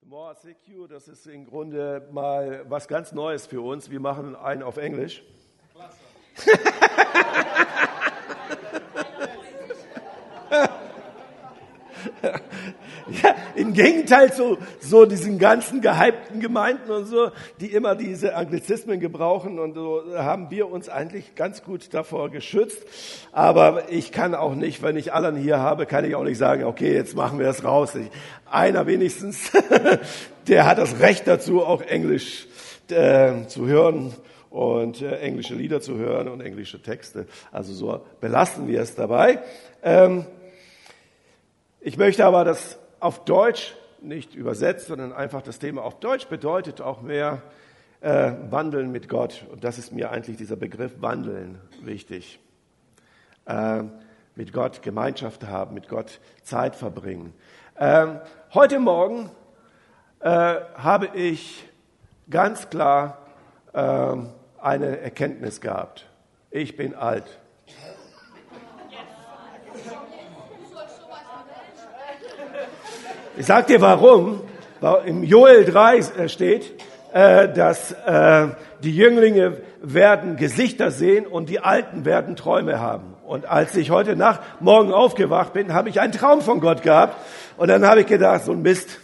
More Secure, das ist im Grunde mal was ganz Neues für uns. Wir machen einen auf Englisch. Ja, im Gegenteil zu so diesen ganzen gehypten Gemeinden und so, die immer diese Anglizismen gebrauchen, und so haben wir uns eigentlich ganz gut davor geschützt. Aber ich kann auch nicht, wenn ich Alan hier habe, kann ich auch nicht sagen, okay, jetzt machen wir es raus. Einer wenigstens, der hat das Recht dazu, auch Englisch zu hören und englische Lieder zu hören und englische Texte. Also so belassen wir es dabei. Ich möchte aber das auf Deutsch nicht übersetzt, sondern einfach das Thema auf Deutsch bedeutet auch mehr Wandeln mit Gott. Und das ist mir eigentlich dieser Begriff Wandeln wichtig. Mit Gott Gemeinschaft haben, mit Gott Zeit verbringen. Heute Morgen habe ich ganz klar eine Erkenntnis gehabt. Ich bin alt. Ich sage dir warum. Im Joel 3 steht, dass die Jünglinge werden Gesichter sehen und die Alten werden Träume haben. Und als ich heute Morgen aufgewacht bin, habe ich einen Traum von Gott gehabt. Und dann habe ich gedacht, so ein Mist.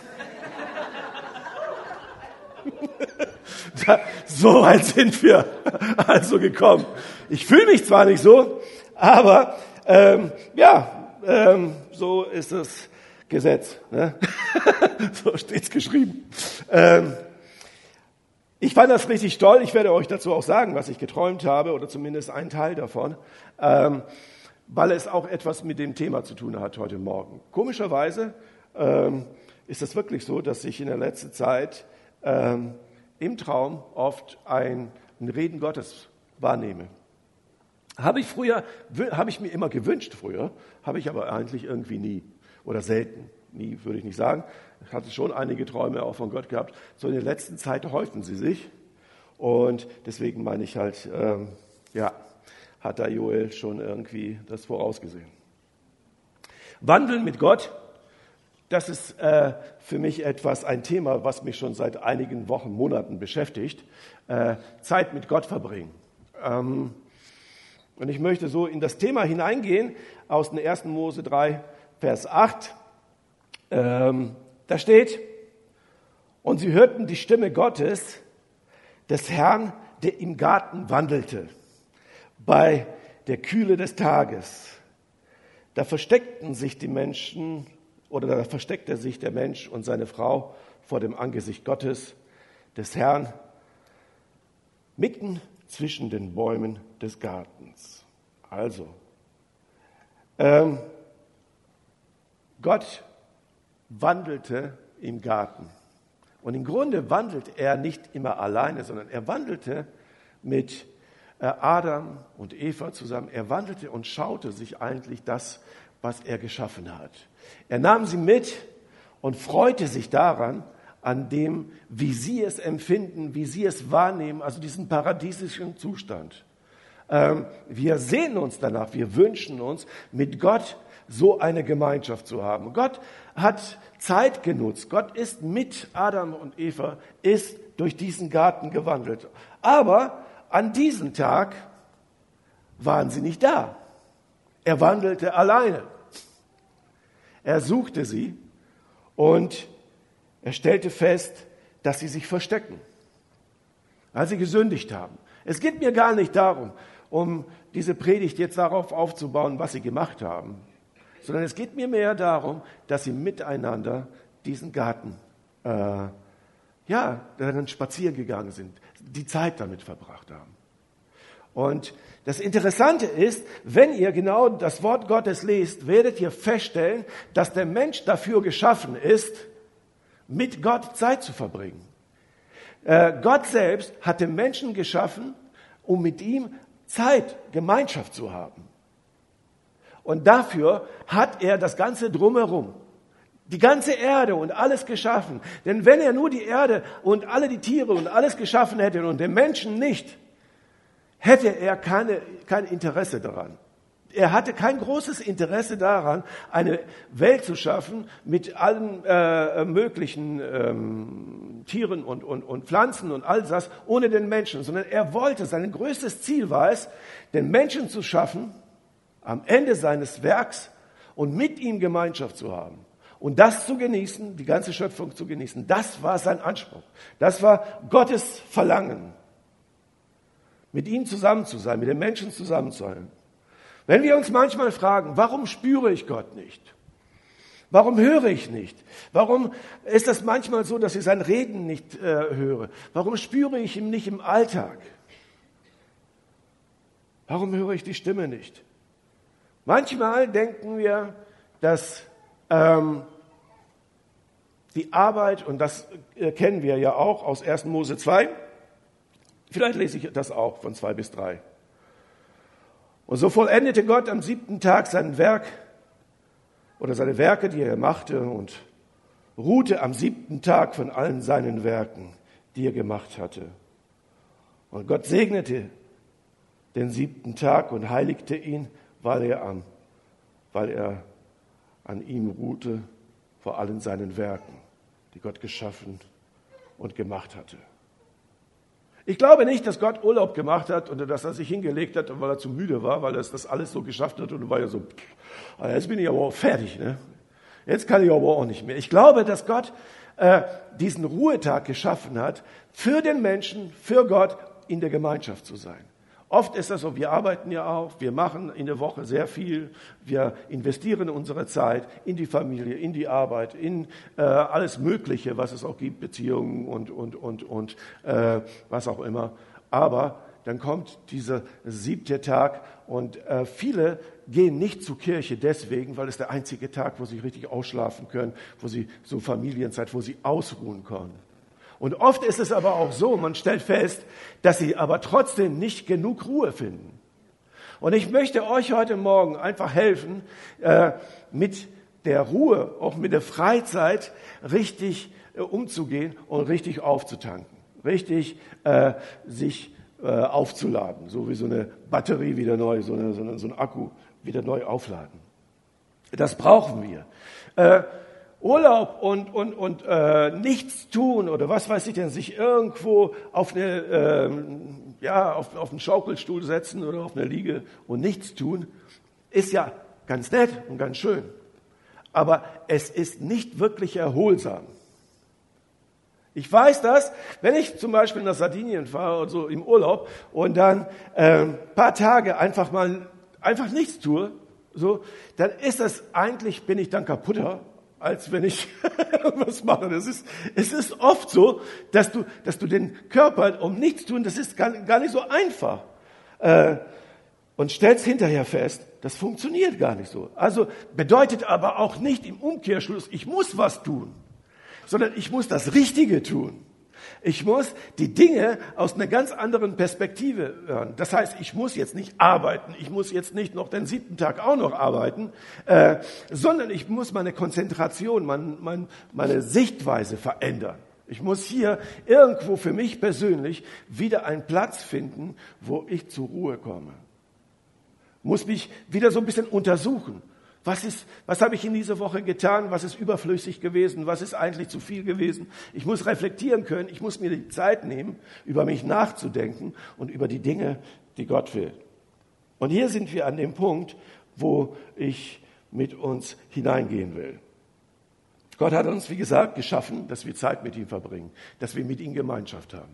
So weit sind wir also gekommen. Ich fühle mich zwar nicht so, aber so ist es. Gesetz, ne? So steht's geschrieben. Ich fand das richtig toll. Ich werde euch dazu auch sagen, was ich geträumt habe, oder zumindest einen Teil davon, weil es auch etwas mit dem Thema zu tun hat heute Morgen. Komischerweise ist es wirklich so, dass ich in der letzten Zeit im Traum oft ein Reden Gottes wahrnehme. Habe ich mir immer gewünscht früher, habe ich aber eigentlich irgendwie nie. Oder selten, nie würde ich nicht sagen. Ich hatte schon einige Träume auch von Gott gehabt. So in der letzten Zeit häufen sie sich. Und deswegen meine ich halt, hat da Joel schon irgendwie das vorausgesehen. Wandeln mit Gott, das ist für mich ein Thema, was mich schon seit einigen Wochen, Monaten beschäftigt. Zeit mit Gott verbringen. Und ich möchte so in das Thema hineingehen aus dem 1. Mose 3, Vers 8, da steht, und sie hörten die Stimme Gottes, des Herrn, der im Garten wandelte, bei der Kühle des Tages. Da versteckte sich der Mensch und seine Frau vor dem Angesicht Gottes, des Herrn, mitten zwischen den Bäumen des Gartens. Also, Gott wandelte im Garten. Und im Grunde wandelt er nicht immer alleine, sondern er wandelte mit Adam und Eva zusammen. Er wandelte und schaute sich eigentlich das, was er geschaffen hat. Er nahm sie mit und freute sich daran, an dem, wie sie es empfinden, wie sie es wahrnehmen, also diesen paradiesischen Zustand. Wir sehnen uns danach, wir wünschen uns, mit Gott so eine Gemeinschaft zu haben. Gott hat Zeit genutzt. Gott ist mit Adam und Eva, ist durch diesen Garten gewandelt. Aber an diesem Tag waren sie nicht da. Er wandelte alleine. Er suchte sie und er stellte fest, dass sie sich verstecken, weil sie gesündigt haben. Es geht mir gar nicht darum, um diese Predigt jetzt darauf aufzubauen, was sie gemacht haben, sondern es geht mir mehr darum, dass sie miteinander diesen Garten dann spazieren gegangen sind, die Zeit damit verbracht haben. Und das Interessante ist, wenn ihr genau das Wort Gottes lest, werdet ihr feststellen, dass der Mensch dafür geschaffen ist, mit Gott Zeit zu verbringen. Gott selbst hat den Menschen geschaffen, um mit ihm Zeit, Gemeinschaft zu haben. Und dafür hat er das Ganze drumherum, die ganze Erde und alles geschaffen. Denn wenn er nur die Erde und alle die Tiere und alles geschaffen hätte und den Menschen nicht, hätte er kein Interesse daran, Er hatte kein großes Interesse daran, eine Welt zu schaffen mit allen möglichen Tieren und Pflanzen und all das ohne den Menschen, sondern er wollte, sein größtes Ziel war es, den Menschen zu schaffen am Ende seines Werks und mit ihm Gemeinschaft zu haben. Und das zu genießen, die ganze Schöpfung zu genießen, das war sein Anspruch. Das war Gottes Verlangen, mit ihm zusammen zu sein, mit den Menschen zusammen zu sein. Wenn wir uns manchmal fragen, warum spüre ich Gott nicht? Warum höre ich nicht? Warum ist das manchmal so, dass ich sein Reden nicht höre? Warum spüre ich ihn nicht im Alltag? Warum höre ich die Stimme nicht? Manchmal denken wir, dass die Arbeit, und das kennen wir ja auch aus 1. Mose 2, vielleicht lese ich das auch von 2 bis 3. Und so vollendete Gott am 7. Tag sein Werk oder seine Werke, die er machte, und ruhte am 7. Tag von allen seinen Werken, die er gemacht hatte. Und Gott segnete den 7. Tag und heiligte ihn, weil er an ihm ruhte vor allen seinen Werken, die Gott geschaffen und gemacht hatte. Ich glaube nicht, dass Gott Urlaub gemacht hat oder dass er sich hingelegt hat, weil er zu müde war, weil er das alles so geschafft hat und war ja so, jetzt bin ich aber auch fertig, ne? Jetzt kann ich aber auch nicht mehr. Ich glaube, dass Gott diesen Ruhetag geschaffen hat, für den Menschen, für Gott in der Gemeinschaft zu sein. Oft ist das so, wir arbeiten ja auch, wir machen in der Woche sehr viel, wir investieren unsere Zeit in die Familie, in die Arbeit, in alles Mögliche, was es auch gibt, Beziehungen und was auch immer. Aber dann kommt dieser 7. Tag und viele gehen nicht zur Kirche deswegen, weil es der einzige Tag, wo sie richtig ausschlafen können, wo sie so Familienzeit, wo sie ausruhen können. Und oft ist es aber auch so, man stellt fest, dass sie aber trotzdem nicht genug Ruhe finden. Und ich möchte euch heute Morgen einfach helfen, mit der Ruhe, auch mit der Freizeit richtig umzugehen und richtig aufzutanken, richtig sich aufzuladen, so wie so eine Batterie wieder neu, so ein Akku wieder neu aufladen. Das brauchen wir. Urlaub und nichts tun oder was weiß ich denn, sich irgendwo auf einen Schaukelstuhl setzen oder auf eine Liege und nichts tun, ist ja ganz nett und ganz schön. Aber es ist nicht wirklich erholsam. Ich weiß das, wenn ich zum Beispiel nach Sardinien fahre oder so im Urlaub und dann paar Tage einfach nichts tue, so, dann ist das eigentlich, bin ich dann kaputter, als wenn ich was mache. Es ist oft so, dass du den Körper um nichts tun, das ist gar nicht so einfach. Und stellst hinterher fest, das funktioniert gar nicht so. Also bedeutet aber auch nicht im Umkehrschluss, ich muss was tun, sondern ich muss das Richtige tun. Ich muss die Dinge aus einer ganz anderen Perspektive hören. Das heißt, ich muss jetzt nicht arbeiten, ich muss jetzt nicht noch den 7. Tag auch noch arbeiten, sondern ich muss meine Konzentration, meine Sichtweise verändern. Ich muss hier irgendwo für mich persönlich wieder einen Platz finden, wo ich zur Ruhe komme. Muss mich wieder so ein bisschen untersuchen. Was habe ich in dieser Woche getan? Was ist überflüssig gewesen? Was ist eigentlich zu viel gewesen? Ich muss reflektieren können. Ich muss mir die Zeit nehmen, über mich nachzudenken und über die Dinge, die Gott will. Und hier sind wir an dem Punkt, wo ich mit uns hineingehen will. Gott hat uns, wie gesagt, geschaffen, dass wir Zeit mit ihm verbringen, dass wir mit ihm Gemeinschaft haben.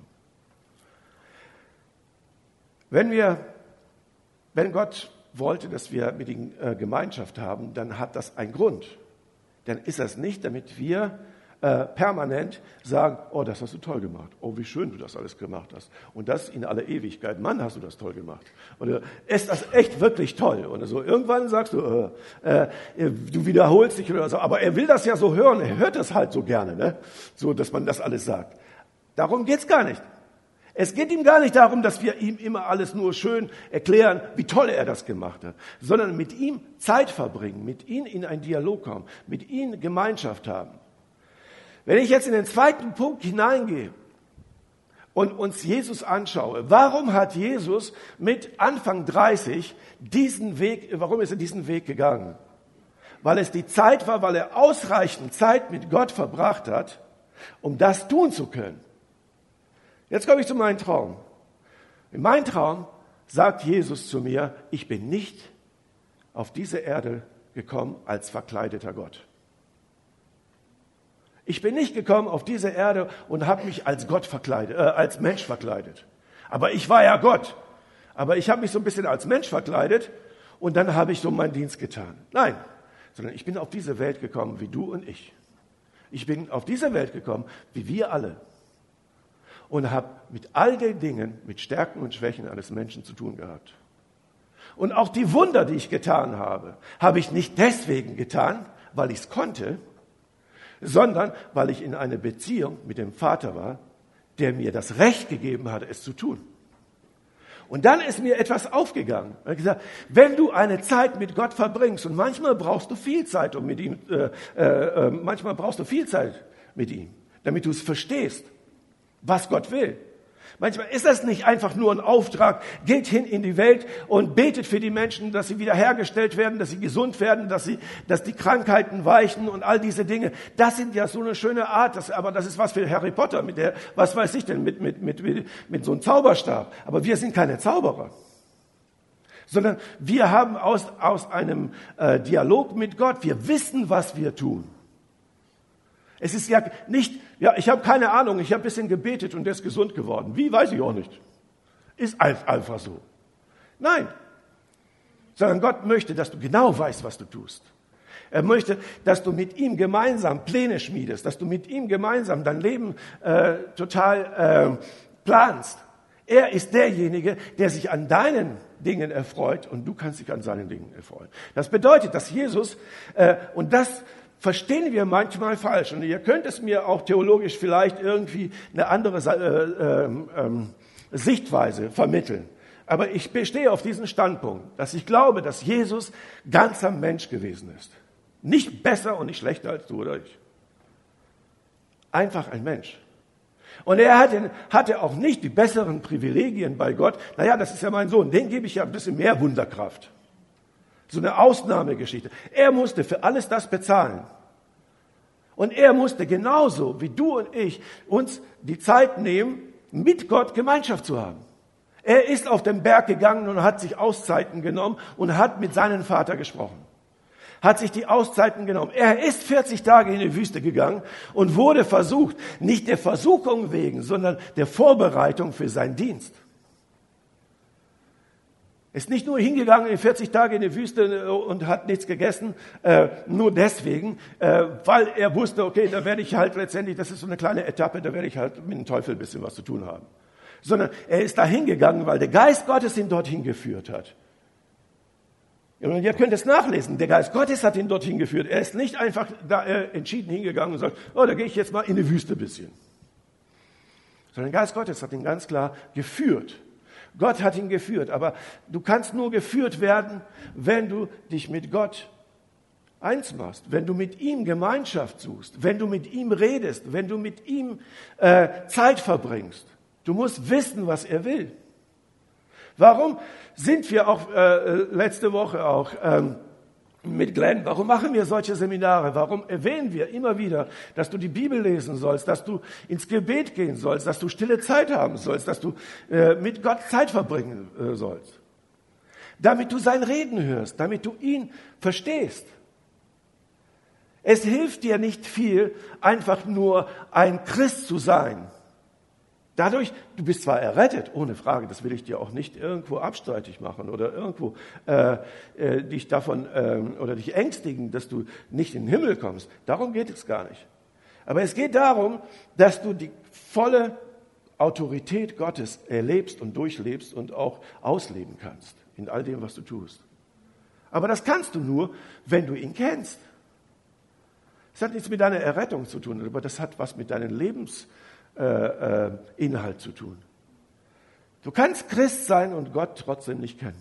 Wenn Gott wollte, dass wir mit ihm Gemeinschaft haben, dann hat das einen Grund. Dann ist das nicht, damit wir permanent sagen, oh, das hast du toll gemacht. Oh, wie schön du das alles gemacht hast. Und das in aller Ewigkeit. Mann, hast du das toll gemacht. Oder ist das echt wirklich toll? Oder so. Irgendwann sagst du, du wiederholst dich oder so. Aber er will das ja so hören. Er hört das halt so gerne, ne? So, dass man das alles sagt. Darum geht's gar nicht. Es geht ihm gar nicht darum, dass wir ihm immer alles nur schön erklären, wie toll er das gemacht hat, sondern mit ihm Zeit verbringen, mit ihm in einen Dialog kommen, mit ihm Gemeinschaft haben. Wenn ich jetzt in den 2. Punkt hineingehe und uns Jesus anschaue, warum hat Jesus mit Anfang 30 warum ist er diesen Weg gegangen? Weil es die Zeit war, weil er ausreichend Zeit mit Gott verbracht hat, um das tun zu können. Jetzt komme ich zu meinem Traum. In meinem Traum sagt Jesus zu mir, ich bin nicht auf diese Erde gekommen als verkleideter Gott. Ich bin nicht gekommen auf diese Erde und habe mich als als Mensch verkleidet. Aber ich war ja Gott. Aber ich habe mich so ein bisschen als Mensch verkleidet und dann habe ich so meinen Dienst getan. Nein, sondern ich bin auf diese Welt gekommen wie du und ich. Ich bin auf diese Welt gekommen wie wir alle und habe mit all den Dingen, mit Stärken und Schwächen eines Menschen zu tun gehabt. Und auch die Wunder, die ich getan habe, habe ich nicht deswegen getan, weil ich es konnte, sondern weil ich in einer Beziehung mit dem Vater war, der mir das Recht gegeben hatte, es zu tun. Und dann ist mir etwas aufgegangen. Er hat gesagt, wenn du eine Zeit mit Gott verbringst, und manchmal brauchst du viel Zeit, damit du es verstehst, was Gott will. Manchmal ist das nicht einfach nur ein Auftrag, geht hin in die Welt und betet für die Menschen, dass sie wiederhergestellt werden, dass sie gesund werden, dass die Krankheiten weichen und all diese Dinge. Das sind ja so eine schöne Art, aber das ist was für Harry Potter, was weiß ich denn, mit so einem Zauberstab. Aber wir sind keine Zauberer. Sondern wir haben aus einem Dialog mit Gott, wir wissen, was wir tun. Es ist ja nicht, ich habe keine Ahnung, ich habe ein bisschen gebetet und der ist gesund geworden. Wie, weiß ich auch nicht. Ist einfach so. Nein. Sondern Gott möchte, dass du genau weißt, was du tust. Er möchte, dass du mit ihm gemeinsam Pläne schmiedest, dass du mit ihm gemeinsam dein Leben total planst. Er ist derjenige, der sich an deinen Dingen erfreut und du kannst dich an seinen Dingen erfreuen. Das bedeutet, dass Jesus, und das verstehen wir manchmal falsch. Und ihr könnt es mir auch theologisch vielleicht irgendwie eine andere Sichtweise vermitteln. Aber ich bestehe auf diesem Standpunkt, dass ich glaube, dass Jesus ganzer Mensch gewesen ist. Nicht besser und nicht schlechter als du oder ich. Einfach ein Mensch. Und er hatte auch nicht die besseren Privilegien bei Gott. Naja, das ist ja mein Sohn, den gebe ich ja ein bisschen mehr Wunderkraft. So eine Ausnahmegeschichte. Er musste für alles das bezahlen. Und er musste genauso wie du und ich uns die Zeit nehmen, mit Gott Gemeinschaft zu haben. Er ist auf den Berg gegangen und hat sich Auszeiten genommen und hat mit seinem Vater gesprochen. Hat sich die Auszeiten genommen. Er ist 40 Tage in die Wüste gegangen und wurde versucht, nicht der Versuchung wegen, sondern der Vorbereitung für seinen Dienst. Ist nicht nur hingegangen in 40 Tage in die Wüste und hat nichts gegessen, nur deswegen, weil er wusste, okay, da werde ich halt letztendlich, das ist so eine kleine Etappe, da werde ich halt mit dem Teufel ein bisschen was zu tun haben. Sondern er ist da hingegangen, weil der Geist Gottes ihn dorthin geführt hat. Und ihr könnt es nachlesen, der Geist Gottes hat ihn dorthin geführt. Er ist nicht einfach da entschieden hingegangen und sagt, da gehe ich jetzt mal in die Wüste ein bisschen. Sondern der Geist Gottes hat ihn ganz klar geführt. Gott hat ihn geführt, aber du kannst nur geführt werden, wenn du dich mit Gott eins machst, wenn du mit ihm Gemeinschaft suchst, wenn du mit ihm redest, wenn du mit ihm Zeit verbringst. Du musst wissen, was er will. Warum sind wir auch letzte Woche auch mit Glenn, warum machen wir solche Seminare? Warum erwähnen wir immer wieder, dass du die Bibel lesen sollst, dass du ins Gebet gehen sollst, dass du stille Zeit haben sollst, dass du mit Gott Zeit verbringen sollst? Damit du sein Reden hörst, damit du ihn verstehst. Es hilft dir nicht viel, einfach nur ein Christ zu sein. Dadurch, du bist zwar errettet, ohne Frage, das will ich dir auch nicht irgendwo abstreitig machen oder irgendwo dich davon oder dich ängstigen, dass du nicht in den Himmel kommst. Darum geht es gar nicht. Aber es geht darum, dass du die volle Autorität Gottes erlebst und durchlebst und auch ausleben kannst in all dem, was du tust. Aber das kannst du nur, wenn du ihn kennst. Es hat nichts mit deiner Errettung zu tun, aber das hat was mit deinem Inhalt zu tun. Du kannst Christ sein und Gott trotzdem nicht kennen.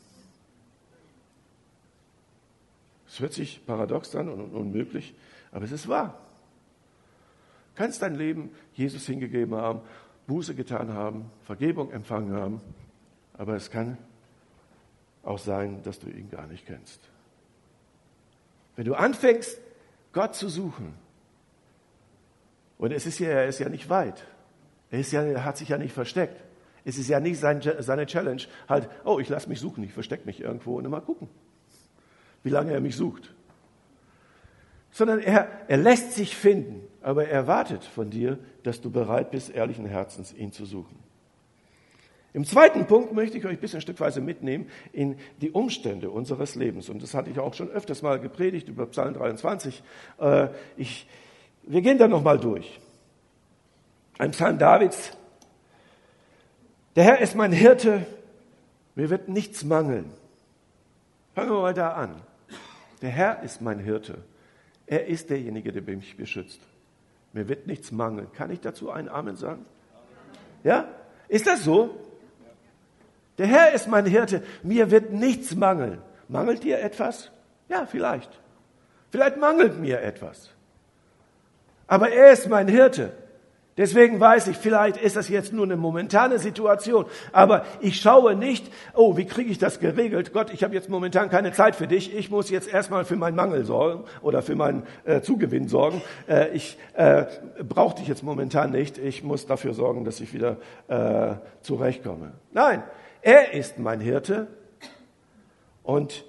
Es hört sich paradox an und unmöglich, aber es ist wahr. Du kannst dein Leben Jesus hingegeben haben Buße getan haben, Vergebung empfangen haben, aber es kann auch sein, dass du ihn gar nicht kennst. Wenn du anfängst, Gott zu suchen, und er ist ja nicht weit, er hat sich ja nicht versteckt, es ist ja nicht seine Challenge, halt, oh, ich lasse mich suchen, ich verstecke mich irgendwo und mal gucken, wie lange er mich sucht. Sondern er lässt sich finden, aber er wartet von dir, dass du bereit bist, ehrlichen Herzens ihn zu suchen. Im zweiten Punkt möchte ich euch ein bisschen stückweise mitnehmen in die Umstände unseres Lebens. Und das hatte ich auch schon öfters mal gepredigt über Psalm 23. Wir gehen da nochmal durch. Ein Psalm Davids. Der Herr ist mein Hirte, mir wird nichts mangeln. Fangen wir mal da an. Der Herr ist mein Hirte. Er ist derjenige, der mich beschützt. Mir wird nichts mangeln. Kann ich dazu ein Amen sagen? Ja? Ist das so? Der Herr ist mein Hirte, mir wird nichts mangeln. Mangelt dir etwas? Ja, vielleicht. Vielleicht mangelt mir etwas. Aber er ist mein Hirte. Deswegen weiß ich, vielleicht ist das jetzt nur eine momentane Situation, aber ich schaue nicht, oh, wie kriege ich das geregelt? Gott, ich habe jetzt momentan keine Zeit für dich, ich muss jetzt erstmal für meinen Mangel sorgen oder für meinen Zugewinn sorgen. Ich brauche dich jetzt momentan nicht, ich muss dafür sorgen, dass ich wieder zurechtkomme. Nein, er ist mein Hirte und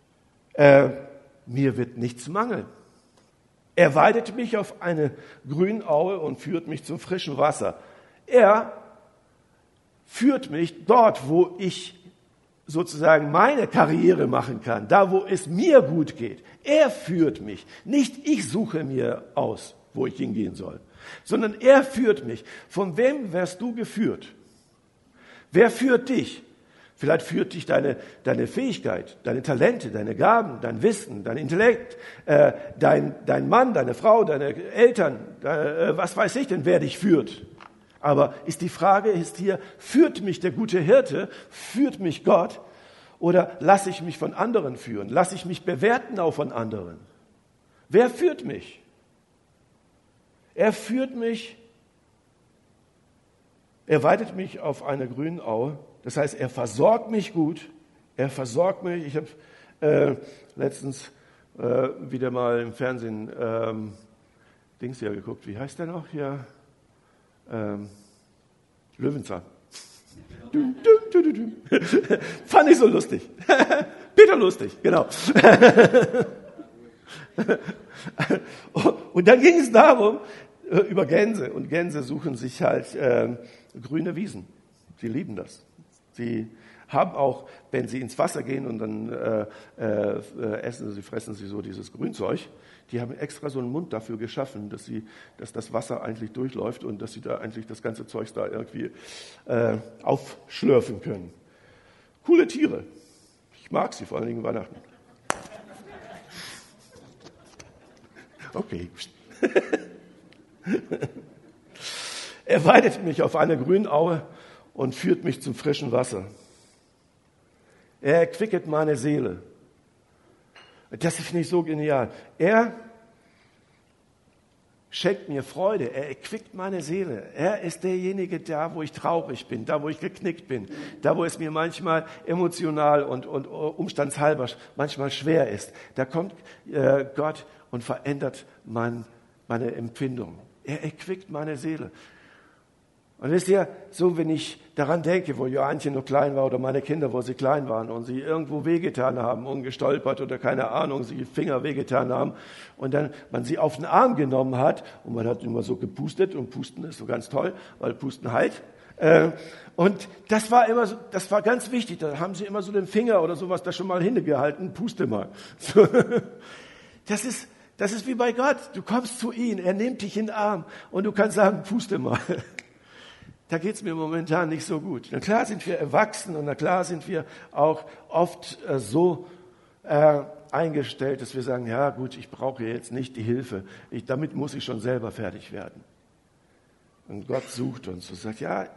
mir wird nichts mangeln. Er weidet mich auf eine Grünaue und führt mich zum frischen Wasser. Er führt mich dort, wo ich sozusagen meine Karriere machen kann, da wo es mir gut geht. Er führt mich. Nicht ich suche mir aus, wo ich hingehen soll, sondern er führt mich. Von wem wirst du geführt? Wer führt dich? Vielleicht führt dich deine Fähigkeit, deine Talente, deine Gaben, dein Wissen, dein Intellekt, dein Mann, deine Frau, deine Eltern, was weiß ich denn, wer dich führt. Aber die Frage ist hier, führt mich der gute Hirte, führt mich Gott oder lasse ich mich von anderen führen? Lasse ich mich bewerten auch von anderen? Wer führt mich? Er führt mich, er weidet mich auf einer grünen Aue. Das heißt, er versorgt mich gut, er versorgt mich. Ich habe letztens wieder mal im Fernsehen Dings hier geguckt. Wie heißt der noch hier? Löwenzahn. Fand ich so lustig. Peter Lustig, genau. Und dann ging es darum, über Gänse. Und Gänse suchen sich halt grüne Wiesen. Sie lieben das. Sie haben auch, wenn sie ins Wasser gehen und dann fressen sie so dieses Grünzeug, die haben extra so einen Mund dafür geschaffen, dass das Wasser eigentlich durchläuft und dass sie da eigentlich das ganze Zeug da irgendwie aufschlürfen können. Coole Tiere. Ich mag sie, vor allen Dingen Weihnachten. Okay. Er weidet mich auf einer grünen Aue und führt mich zum frischen Wasser. Er erquicket meine Seele. Das finde ich so genial. Er schenkt mir Freude. Er erquickt meine Seele. Er ist derjenige, da wo ich traurig bin, da wo ich geknickt bin, da wo es mir manchmal emotional und umstandshalber manchmal schwer ist. Da kommt Gott und verändert meine Empfindung. Er erquickt meine Seele. Und wisst ihr, so wenn ich daran denke, wo Johanchen noch klein war oder meine Kinder, wo sie klein waren und sie irgendwo wehgetan haben und gestolpert oder keine Ahnung, sie Finger wehgetan haben und dann man sie auf den Arm genommen hat und man hat immer so gepustet und Pusten ist so ganz toll, weil Pusten heilt. Und das war immer so, das war ganz wichtig, da haben sie immer so den Finger oder sowas da schon mal hingehalten, puste mal. So. Das ist wie bei Gott, du kommst zu ihm, er nimmt dich in den Arm und du kannst sagen, puste mal. Da geht's mir momentan nicht so gut. Na klar sind wir erwachsen und na klar sind wir auch oft so eingestellt, dass wir sagen, ja gut, ich brauche jetzt nicht die Hilfe. Damit muss ich schon selber fertig werden. Und Gott sucht uns und sagt, ja,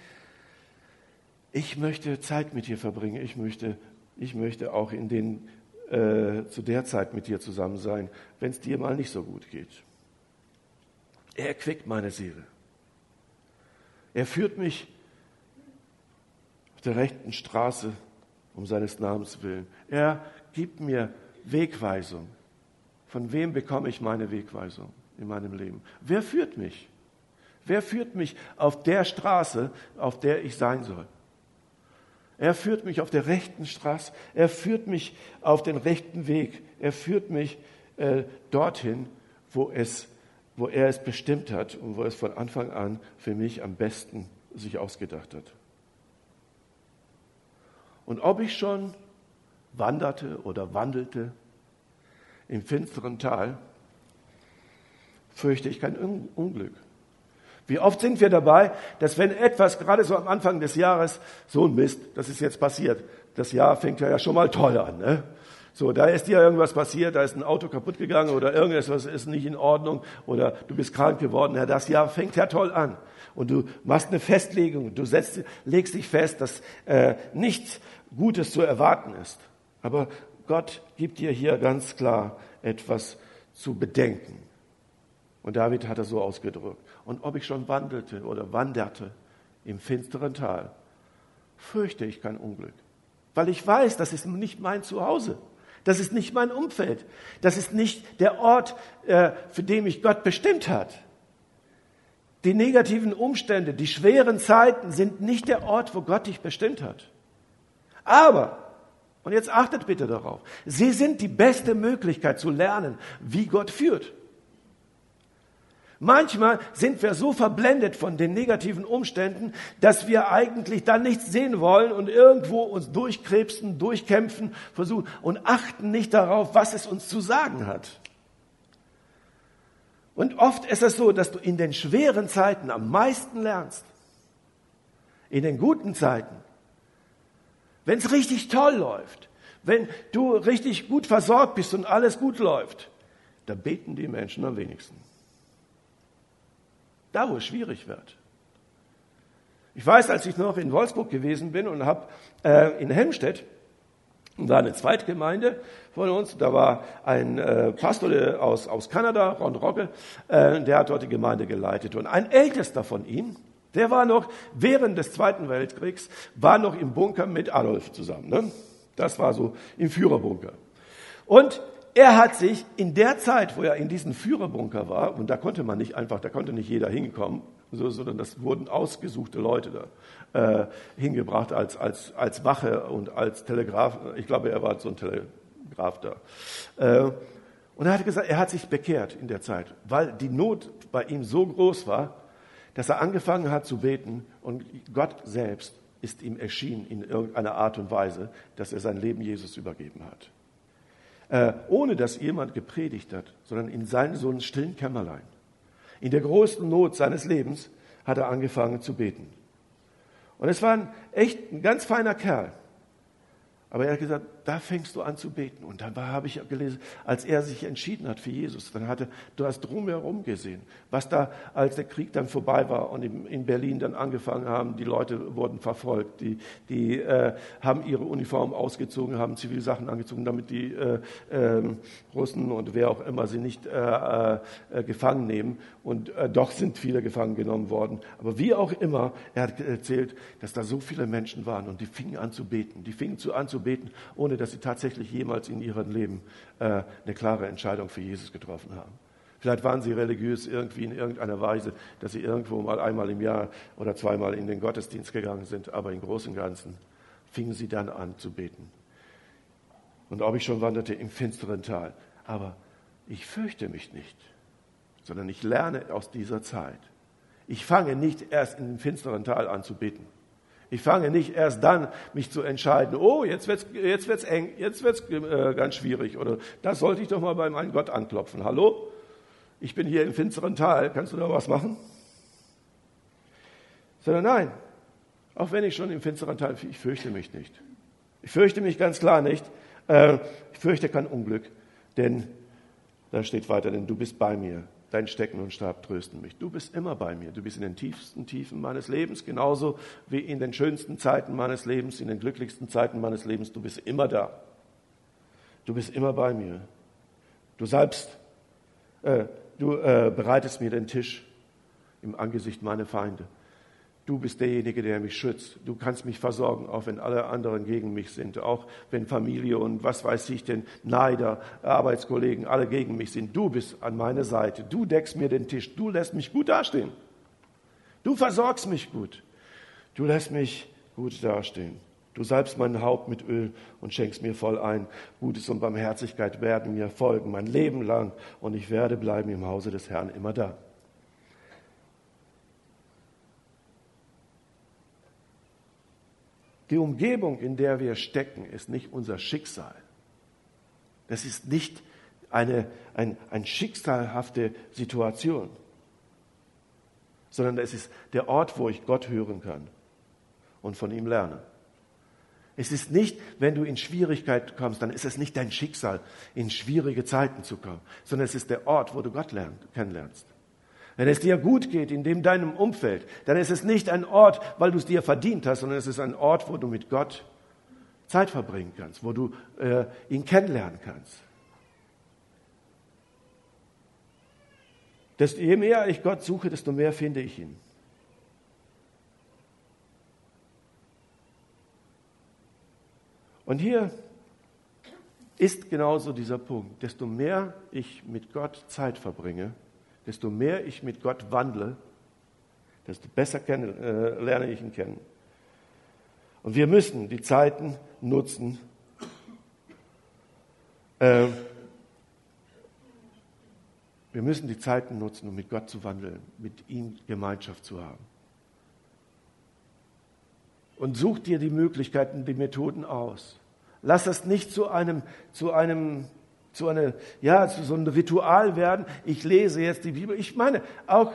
ich möchte Zeit mit dir verbringen. Ich möchte auch zu der Zeit mit dir zusammen sein, wenn es dir mal nicht so gut geht. Er erquickt meine Seele. Er führt mich auf der rechten Straße um seines Namens willen. Er gibt mir Wegweisung. Von wem bekomme ich meine Wegweisung in meinem Leben? Wer führt mich? Wer führt mich auf der Straße, auf der ich sein soll? Er führt mich auf der rechten Straße. Er führt mich auf den rechten Weg. Er führt mich dorthin, wo er es bestimmt hat und wo er es von Anfang an für mich am besten sich ausgedacht hat. Und ob ich schon wanderte oder wandelte im finsteren Tal, fürchte ich kein Unglück. Wie oft sind wir dabei, dass wenn etwas gerade so am Anfang des Jahres, so ein Mist, das ist jetzt passiert, das Jahr fängt ja schon mal toll an, ne? So, da ist dir irgendwas passiert, da ist ein Auto kaputt gegangen oder irgendetwas ist nicht in Ordnung oder du bist krank geworden. Ja, das Jahr fängt ja toll an. Und du machst eine Festlegung, du legst dich fest, dass nichts Gutes zu erwarten ist. Aber Gott gibt dir hier ganz klar etwas zu bedenken. Und David hat das so ausgedrückt. Und ob ich schon wandelte oder wanderte im finsteren Tal, fürchte ich kein Unglück. Weil ich weiß, das ist nicht mein Zuhause. Das ist nicht mein Umfeld. Das ist nicht der Ort, für den mich Gott bestimmt hat. Die negativen Umstände, die schweren Zeiten sind nicht der Ort, wo Gott dich bestimmt hat. Aber, und jetzt achtet bitte darauf, sie sind die beste Möglichkeit zu lernen, wie Gott führt. Manchmal sind wir so verblendet von den negativen Umständen, dass wir eigentlich dann nichts sehen wollen und irgendwo uns durchkrebsen, durchkämpfen, versuchen und achten nicht darauf, was es uns zu sagen hat. Und oft ist es so, dass du in den schweren Zeiten am meisten lernst. In den guten Zeiten. Wenn es richtig toll läuft, wenn du richtig gut versorgt bist und alles gut läuft, da beten die Menschen am wenigsten. Da, wo es schwierig wird. Ich weiß, als ich noch in Wolfsburg gewesen bin und habe in Helmstedt, war eine Zweitgemeinde von uns, da war ein Pastor aus Kanada, Ron Rogge, der hat dort die Gemeinde geleitet. Und ein Ältester von ihm, der war noch während des Zweiten Weltkriegs, war noch im Bunker mit Adolf zusammen. Ne? Das war so im Führerbunker. Und er hat sich in der Zeit, wo er in diesem Führerbunker war, und da konnte nicht jeder hinkommen, sondern das wurden ausgesuchte Leute da hingebracht als Wache und als Telegraf. Ich glaube, er war so ein Telegraf da. Und er hat gesagt, er hat sich bekehrt in der Zeit, weil die Not bei ihm so groß war, dass er angefangen hat zu beten und Gott selbst ist ihm erschienen in irgendeiner Art und Weise, dass er sein Leben Jesus übergeben hat. Ohne dass jemand gepredigt hat, sondern in so einem stillen Kämmerlein. In der größten Not seines Lebens hat er angefangen zu beten. Und es war ein ganz feiner Kerl. Aber er hat gesagt, da fängst du an zu beten. Und dann habe ich gelesen, als er sich entschieden hat für Jesus, du hast drumherum gesehen, was da, als der Krieg dann vorbei war und in Berlin dann angefangen haben, die Leute wurden verfolgt, die haben ihre Uniform ausgezogen, haben Zivilsachen angezogen, damit die Russen und wer auch immer sie nicht gefangen nehmen. Und doch sind viele gefangen genommen worden. Aber wie auch immer, er hat erzählt, dass da so viele Menschen waren und die fingen an zu beten. Die fingen an zu beten, ohne dass sie tatsächlich jemals in ihrem Leben eine klare Entscheidung für Jesus getroffen haben. Vielleicht waren sie religiös irgendwie in irgendeiner Weise, dass sie irgendwo mal einmal im Jahr oder zweimal in den Gottesdienst gegangen sind, aber im Großen und Ganzen fingen sie dann an zu beten. Und ob ich schon wanderte im finsteren Tal, aber ich fürchte mich nicht, sondern ich lerne aus dieser Zeit. Ich fange nicht erst in dem finsteren Tal an zu beten. Ich fange nicht erst dann, mich zu entscheiden, oh, jetzt wird's eng, jetzt wird's ganz schwierig oder das sollte ich doch mal bei meinem Gott anklopfen. Hallo? Ich bin hier im finsteren Tal, kannst du da was machen? Sondern nein, auch wenn ich schon im finsteren Tal bin, ich fürchte mich nicht. Ich fürchte mich ganz klar nicht. Ich fürchte kein Unglück, denn da steht weiter, denn du bist bei mir. Dein Stecken und Stab trösten mich. Du bist immer bei mir. Du bist in den tiefsten Tiefen meines Lebens, genauso wie in den schönsten Zeiten meines Lebens, in den glücklichsten Zeiten meines Lebens. Du bist immer da. Du bist immer bei mir. Du bereitest mir den Tisch im Angesicht meiner Feinde. du bist derjenige, der mich schützt. Du kannst mich versorgen, auch wenn alle anderen gegen mich sind. Auch wenn Familie und was weiß ich denn, Neider, Arbeitskollegen, alle gegen mich sind. Du bist an meiner Seite. Du deckst mir den Tisch. Du lässt mich gut dastehen. Du versorgst mich gut. Du lässt mich gut dastehen. Du salbst mein Haupt mit Öl und schenkst mir voll ein. Gutes und Barmherzigkeit werden mir folgen, mein Leben lang. Und ich werde bleiben im Hause des Herrn immer da. Die Umgebung, in der wir stecken, ist nicht unser Schicksal. Das ist nicht eine schicksalhafte Situation, sondern es ist der Ort, wo ich Gott hören kann und von ihm lerne. Es ist nicht, wenn du in Schwierigkeiten kommst, dann ist es nicht dein Schicksal, in schwierige Zeiten zu kommen, sondern es ist der Ort, wo du Gott kennenlernst. Wenn es dir gut geht in deinem Umfeld, dann ist es nicht ein Ort, weil du es dir verdient hast, sondern es ist ein Ort, wo du mit Gott Zeit verbringen kannst, wo du ihn kennenlernen kannst. Je mehr ich Gott suche, desto mehr finde ich ihn. Und hier ist genauso dieser Punkt. Desto mehr ich mit Gott Zeit verbringe, desto mehr ich mit Gott wandle, desto besser lerne ich ihn kennen. Und wir müssen die Zeiten nutzen, um mit Gott zu wandeln, mit ihm Gemeinschaft zu haben. Und such dir die Möglichkeiten, die Methoden aus. Lass das nicht zu so einem Ritual werden. Ich lese jetzt die Bibel. Ich meine, auch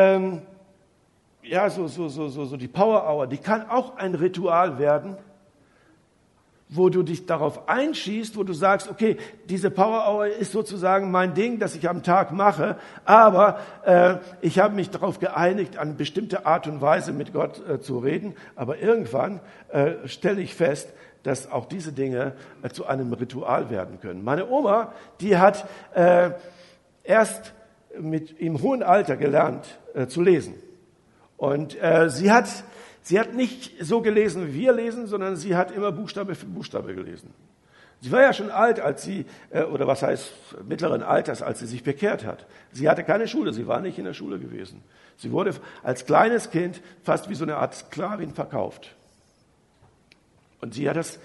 die Power Hour, die kann auch ein Ritual werden, wo du dich darauf einschießt, wo du sagst, okay, diese Power Hour ist sozusagen mein Ding, das ich am Tag mache, aber ich habe mich darauf geeinigt, an bestimmte Art und Weise mit Gott zu reden, aber irgendwann stelle ich fest, dass auch diese Dinge zu einem Ritual werden können. Meine Oma, die hat erst im hohen Alter gelernt zu lesen. Und sie hat nicht so gelesen, wie wir lesen, sondern sie hat immer Buchstabe für Buchstabe gelesen. Sie war ja schon alt, als sie, oder was heißt mittleren Alters, als sie sich bekehrt hat. Sie hatte keine Schule, sie war nicht in der Schule gewesen. Sie wurde als kleines Kind fast wie so eine Art Sklavin verkauft. Und sie hat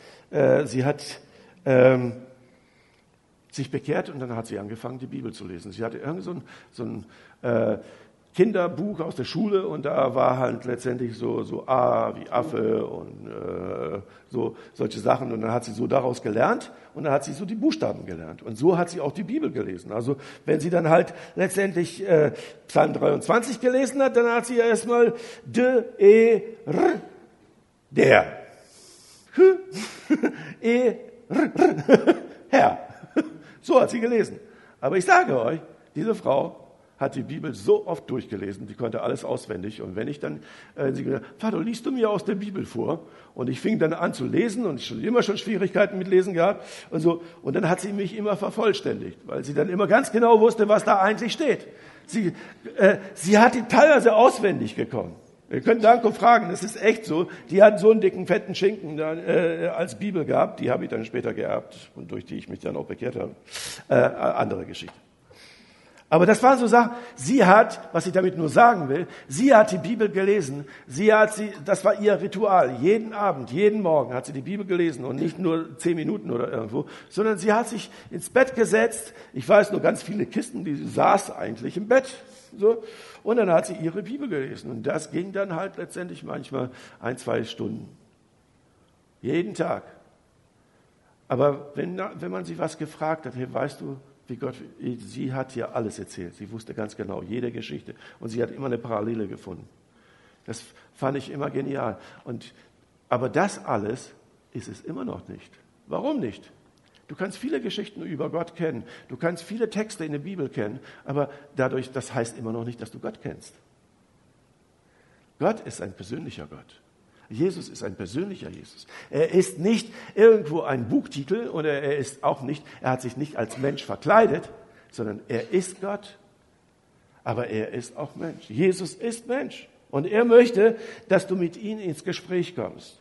sich bekehrt und dann hat sie angefangen, die Bibel zu lesen. Sie hatte irgend so ein Kinderbuch aus der Schule und da war halt letztendlich so A wie Affe und solche Sachen. Und dann hat sie so daraus gelernt und dann hat sie so die Buchstaben gelernt. Und so hat sie auch die Bibel gelesen. Also wenn sie dann halt letztendlich Psalm 23 gelesen hat, dann hat sie erstmal der. Herr. So hat sie gelesen. Aber ich sage euch, diese Frau hat die Bibel so oft durchgelesen, die konnte alles auswendig. Und wenn ich dann, sie gesagt, Vater, liest du mir aus der Bibel vor? Und ich fing dann an zu lesen und ich immer schon Schwierigkeiten mit Lesen gehabt und so. Und dann hat sie mich immer vervollständigt, weil sie dann immer ganz genau wusste, was da eigentlich steht. Sie hat die teilweise auswendig gekonnt. Ihr könnt Danko fragen, das ist echt so. Die hat so einen dicken, fetten Schinken als Bibel gehabt. Die habe ich dann später geerbt und durch die ich mich dann auch bekehrt habe. Andere Geschichte. Aber das waren so Sachen, sie hat, was ich damit nur sagen will, sie hat die Bibel gelesen. Das war ihr Ritual. Jeden Abend, jeden Morgen hat sie die Bibel gelesen und nicht nur 10 Minuten oder irgendwo, sondern sie hat sich ins Bett gesetzt. Ich weiß nur ganz viele Kisten, die saß eigentlich im Bett. So. Und dann hat sie ihre Bibel gelesen. Und das ging dann halt letztendlich manchmal 1-2 Stunden. Jeden Tag. Aber wenn man sie was gefragt hat, hey, weißt du, wie Gott, sie hat hier alles erzählt. Sie wusste ganz genau jede Geschichte. Und sie hat immer eine Parallele gefunden. Das fand ich immer genial. Aber das alles ist es immer noch nicht. Warum nicht? Du kannst viele Geschichten über Gott kennen. Du kannst viele Texte in der Bibel kennen. Aber das heißt immer noch nicht, dass du Gott kennst. Gott ist ein persönlicher Gott. Jesus ist ein persönlicher Jesus. Er ist nicht irgendwo ein Buchtitel oder er hat sich nicht als Mensch verkleidet, sondern er ist Gott, aber er ist auch Mensch. Jesus ist Mensch. Und er möchte, dass du mit ihm ins Gespräch kommst.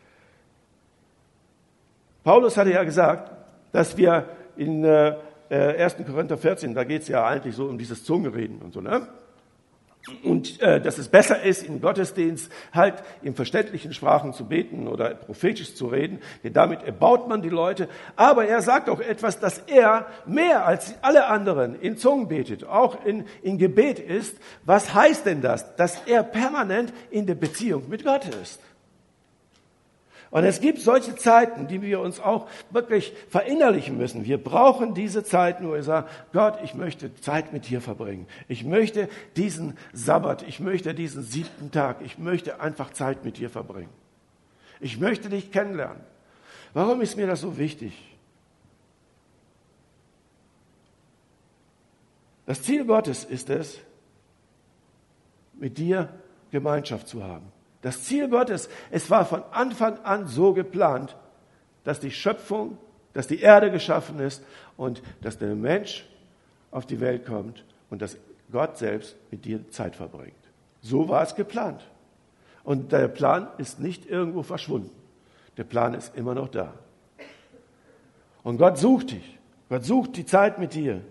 Paulus hatte ja gesagt, dass wir in 1. Korinther 14, da geht es ja eigentlich so um dieses Zungenreden und so, ne? Und dass es besser ist, im Gottesdienst halt in verständlichen Sprachen zu beten oder prophetisch zu reden, denn damit erbaut man die Leute. Aber er sagt auch etwas, dass er mehr als alle anderen in Zungen betet, auch in Gebet ist. Was heißt denn das? Dass er permanent in der Beziehung mit Gott ist. Und es gibt solche Zeiten, die wir uns auch wirklich verinnerlichen müssen. Wir brauchen diese Zeiten, wo wir sagen, Gott, ich möchte Zeit mit dir verbringen. Ich möchte diesen Sabbat, ich möchte diesen 7. Tag, ich möchte einfach Zeit mit dir verbringen. Ich möchte dich kennenlernen. Warum ist mir das so wichtig? Das Ziel Gottes ist es, mit dir Gemeinschaft zu haben. Das Ziel Gottes, es war von Anfang an so geplant, dass die Schöpfung, dass die Erde geschaffen ist und dass der Mensch auf die Welt kommt und dass Gott selbst mit dir Zeit verbringt. So war es geplant. Und der Plan ist nicht irgendwo verschwunden. Der Plan ist immer noch da. Und Gott sucht dich. Gott sucht die Zeit mit dir.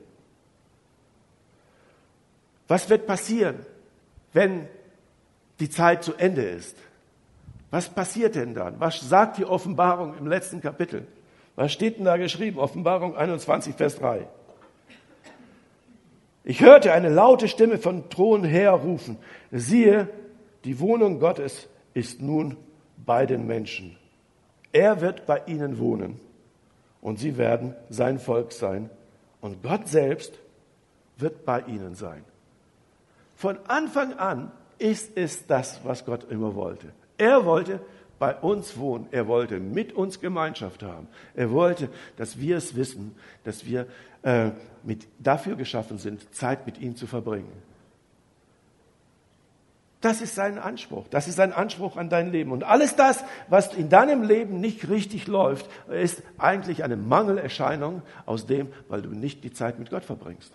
Was wird passieren, wenn die Zeit zu Ende ist? Was passiert denn dann? Was sagt die Offenbarung im letzten Kapitel? Was steht denn da geschrieben? Offenbarung 21, Vers 3. Ich hörte eine laute Stimme vom Thron her rufen: Siehe, die Wohnung Gottes ist nun bei den Menschen. Er wird bei ihnen wohnen und sie werden sein Volk sein und Gott selbst wird bei ihnen sein. Von Anfang an ist es das, was Gott immer wollte. Er wollte bei uns wohnen. Er wollte mit uns Gemeinschaft haben. Er wollte, dass wir es wissen, dass wir dafür geschaffen sind, Zeit mit ihm zu verbringen. Das ist sein Anspruch. Das ist sein Anspruch an dein Leben. Und alles das, was in deinem Leben nicht richtig läuft, ist eigentlich eine Mangelerscheinung aus dem, weil du nicht die Zeit mit Gott verbringst.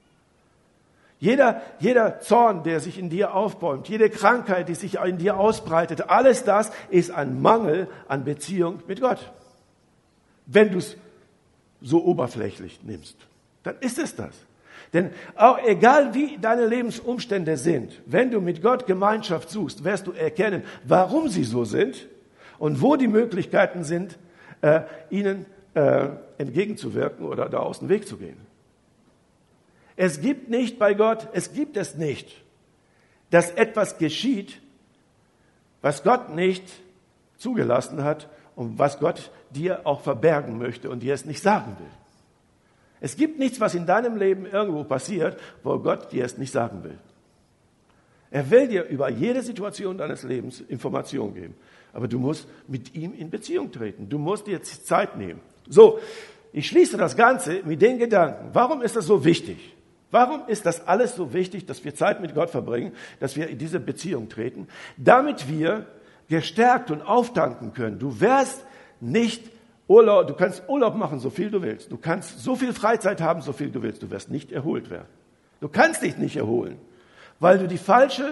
Jeder Zorn, der sich in dir aufbäumt, jede Krankheit, die sich in dir ausbreitet, alles das ist ein Mangel an Beziehung mit Gott. Wenn du es so oberflächlich nimmst, dann ist es das. Denn auch egal wie deine Lebensumstände sind, wenn du mit Gott Gemeinschaft suchst, wirst du erkennen, warum sie so sind und wo die Möglichkeiten sind, ihnen entgegenzuwirken oder da aus dem Weg zu gehen. Es gibt nicht bei Gott, es gibt es nicht, dass etwas geschieht, was Gott nicht zugelassen hat und was Gott dir auch verbergen möchte und dir es nicht sagen will. Es gibt nichts, was in deinem Leben irgendwo passiert, wo Gott dir es nicht sagen will. Er will dir über jede Situation deines Lebens Informationen geben. Aber du musst mit ihm in Beziehung treten. Du musst dir jetzt Zeit nehmen. So, ich schließe das Ganze mit den Gedanken. Warum ist das so wichtig? Warum ist das alles so wichtig, dass wir Zeit mit Gott verbringen, dass wir in diese Beziehung treten? Damit wir gestärkt und auftanken können. Du wirst nicht Urlaub, du kannst Urlaub machen, so viel du willst. Du kannst so viel Freizeit haben, so viel du willst. Du wirst nicht erholt werden. Du kannst dich nicht erholen, weil du die falschen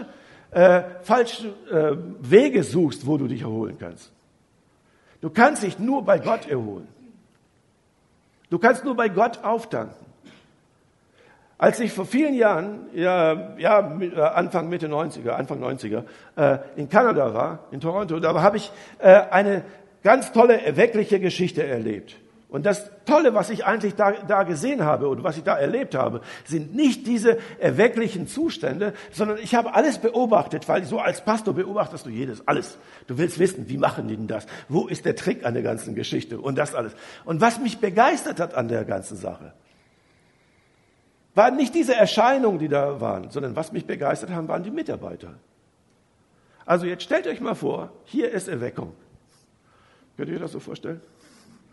Wege suchst, wo du dich erholen kannst. Du kannst dich nur bei Gott erholen. Du kannst nur bei Gott auftanken. Als ich vor vielen Jahren, Anfang 90er, in Kanada war, in Toronto, da habe ich eine ganz tolle, erweckliche Geschichte erlebt. Und das Tolle, was ich eigentlich da gesehen habe und was ich da erlebt habe, sind nicht diese erwecklichen Zustände, sondern ich habe alles beobachtet, weil so als Pastor beobachtest du alles. Du willst wissen, wie machen die denn das? Wo ist der Trick an der ganzen Geschichte und das alles? Und was mich begeistert hat an der ganzen Sache, waren nicht diese Erscheinungen, die da waren, sondern was mich begeistert haben, waren die Mitarbeiter. Also jetzt stellt euch mal vor, hier ist Erweckung. Könnt ihr euch das so vorstellen?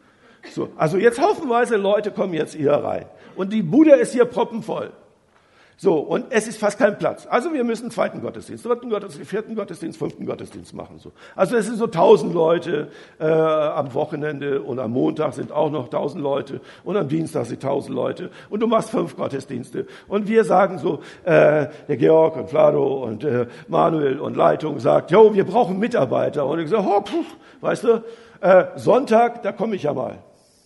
So, also jetzt haufenweise Leute kommen jetzt hier rein. Und die Bude ist hier proppenvoll. So, und es ist fast kein Platz. Also wir müssen zweiten Gottesdienst, dritten Gottesdienst, vierten Gottesdienst, fünften Gottesdienst machen. So. Also es sind so 1000 Leute am Wochenende und am Montag sind auch noch 1000 Leute und am Dienstag sind 1000 Leute und du machst 5 Gottesdienste. Und wir sagen so, der Georg und Flado und Manuel und Leitung sagt, jo, wir brauchen Mitarbeiter. Und ich sage, oh, weißt du, Sonntag, da komme ich ja mal.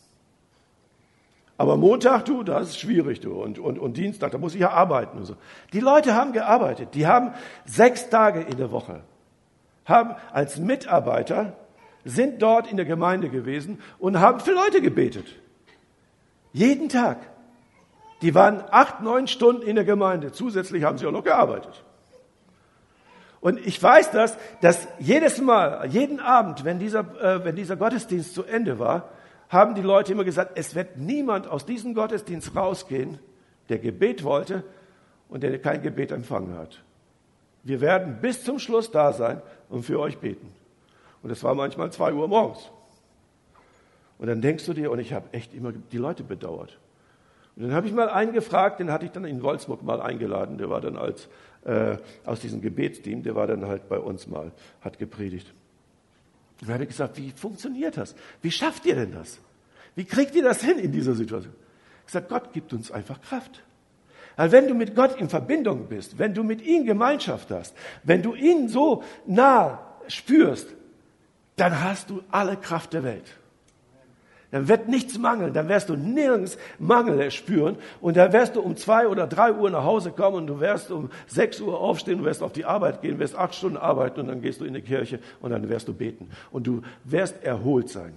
Aber Montag, du, das ist schwierig, du. Und Dienstag, da muss ich ja arbeiten und so. Die Leute haben gearbeitet. Die haben 6 Tage in der Woche, haben als Mitarbeiter, sind dort in der Gemeinde gewesen und haben für Leute gebetet. Jeden Tag. Die waren 8, 9 Stunden in der Gemeinde. Zusätzlich haben sie auch noch gearbeitet. Und ich weiß dass jedes Mal, jeden Abend, wenn dieser Gottesdienst zu Ende war, haben die Leute immer gesagt, es wird niemand aus diesem Gottesdienst rausgehen, der Gebet wollte und der kein Gebet empfangen hat. Wir werden bis zum Schluss da sein und für euch beten. Und es war manchmal 2 Uhr morgens. Und dann denkst du dir, und ich habe echt immer die Leute bedauert. Und dann habe ich mal einen gefragt, den hatte ich dann in Wolfsburg mal eingeladen, der war dann aus diesem Gebetsteam, der war dann halt bei uns mal, hat gepredigt. Und dann habe ich gesagt, wie funktioniert das? Wie schafft ihr denn das? Wie kriegt ihr das hin in dieser Situation? Ich habe gesagt, Gott gibt uns einfach Kraft. Weil wenn du mit Gott in Verbindung bist, wenn du mit ihm Gemeinschaft hast, wenn du ihn so nah spürst, dann hast du alle Kraft der Welt. Dann wird nichts mangeln, dann wirst du nirgends Mangel spüren und dann wirst du um 2 oder 3 Uhr nach Hause kommen und du wirst um 6 Uhr aufstehen, du wirst auf die Arbeit gehen, wirst 8 Stunden arbeiten und dann gehst du in die Kirche und dann wirst du beten und du wirst erholt sein.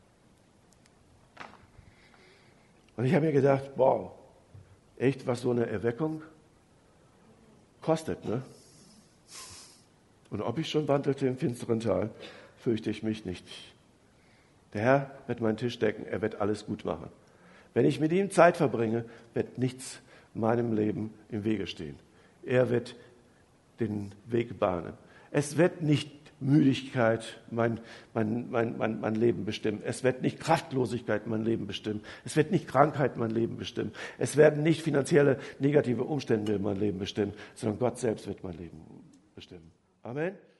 Und ich habe mir gedacht, wow, echt, was so eine Erweckung kostet, ne? Und ob ich schon wandelte im finsteren Tal, fürchte ich mich nicht. Der Herr wird meinen Tisch decken, er wird alles gut machen. Wenn ich mit ihm Zeit verbringe, wird nichts meinem Leben im Wege stehen. Er wird den Weg bahnen. Es wird nicht Müdigkeit mein Leben bestimmen. Es wird nicht Kraftlosigkeit mein Leben bestimmen. Es wird nicht Krankheit mein Leben bestimmen. Es werden nicht finanzielle negative Umstände mein Leben bestimmen, sondern Gott selbst wird mein Leben bestimmen. Amen.